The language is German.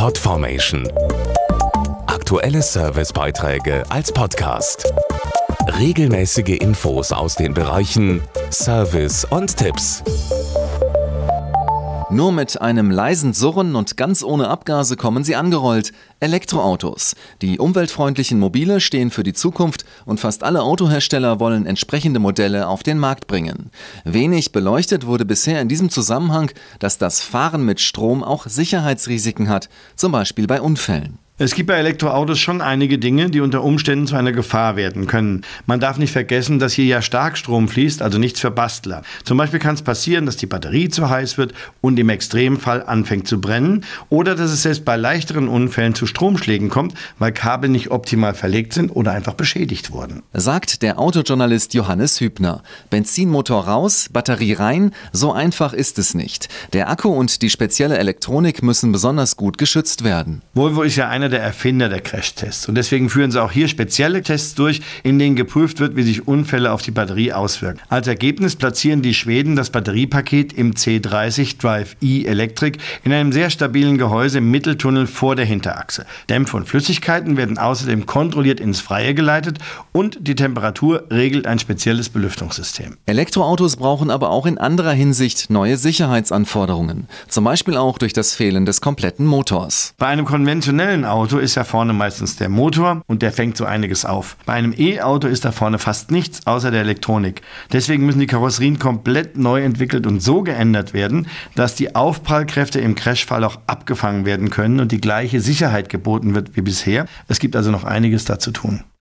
Podformation. Aktuelle Servicebeiträge als Podcast. Regelmäßige Infos aus den Bereichen Service und Tipps. Nur mit einem leisen Surren und ganz ohne Abgase kommen sie angerollt. Elektroautos. Die umweltfreundlichen Mobile stehen für die Zukunft und fast alle Autohersteller wollen entsprechende Modelle auf den Markt bringen. Wenig beleuchtet wurde bisher in diesem Zusammenhang, dass das Fahren mit Strom auch Sicherheitsrisiken hat, zum Beispiel bei Unfällen. Es gibt bei Elektroautos schon einige Dinge, die unter Umständen zu einer Gefahr werden können. Man darf nicht vergessen, dass hier ja Starkstrom fließt, also nichts für Bastler. Zum Beispiel kann es passieren, dass die Batterie zu heiß wird und im Extremfall anfängt zu brennen oder dass es selbst bei leichteren Unfällen zu Stromschlägen kommt, weil Kabel nicht optimal verlegt sind oder einfach beschädigt wurden. Sagt der Autojournalist Johannes Hübner. Benzinmotor raus, Batterie rein, so einfach ist es nicht. Der Akku und die spezielle Elektronik müssen besonders gut geschützt werden. Volvo ist ja einer der Erfinder der Crashtests und deswegen führen sie auch hier spezielle Tests durch, in denen geprüft wird, wie sich Unfälle auf die Batterie auswirken. Als Ergebnis platzieren die Schweden das Batteriepaket im C30 Drive-E Electric in einem sehr stabilen Gehäuse im Mitteltunnel vor der Hinterachse. Dämpfe und Flüssigkeiten werden außerdem kontrolliert ins Freie geleitet und die Temperatur regelt ein spezielles Belüftungssystem. Elektroautos brauchen aber auch in anderer Hinsicht neue Sicherheitsanforderungen. Zum Beispiel auch durch das Fehlen des kompletten Motors. Bei einem konventionellen Auto ist ja vorne meistens der Motor und der fängt so einiges auf. Bei einem E-Auto ist da vorne fast nichts außer der Elektronik. Deswegen müssen die Karosserien komplett neu entwickelt und so geändert werden, dass die Aufprallkräfte im Crashfall auch abgefangen werden können und die gleiche Sicherheit geboten wird wie bisher. Es gibt also noch einiges da zu tun.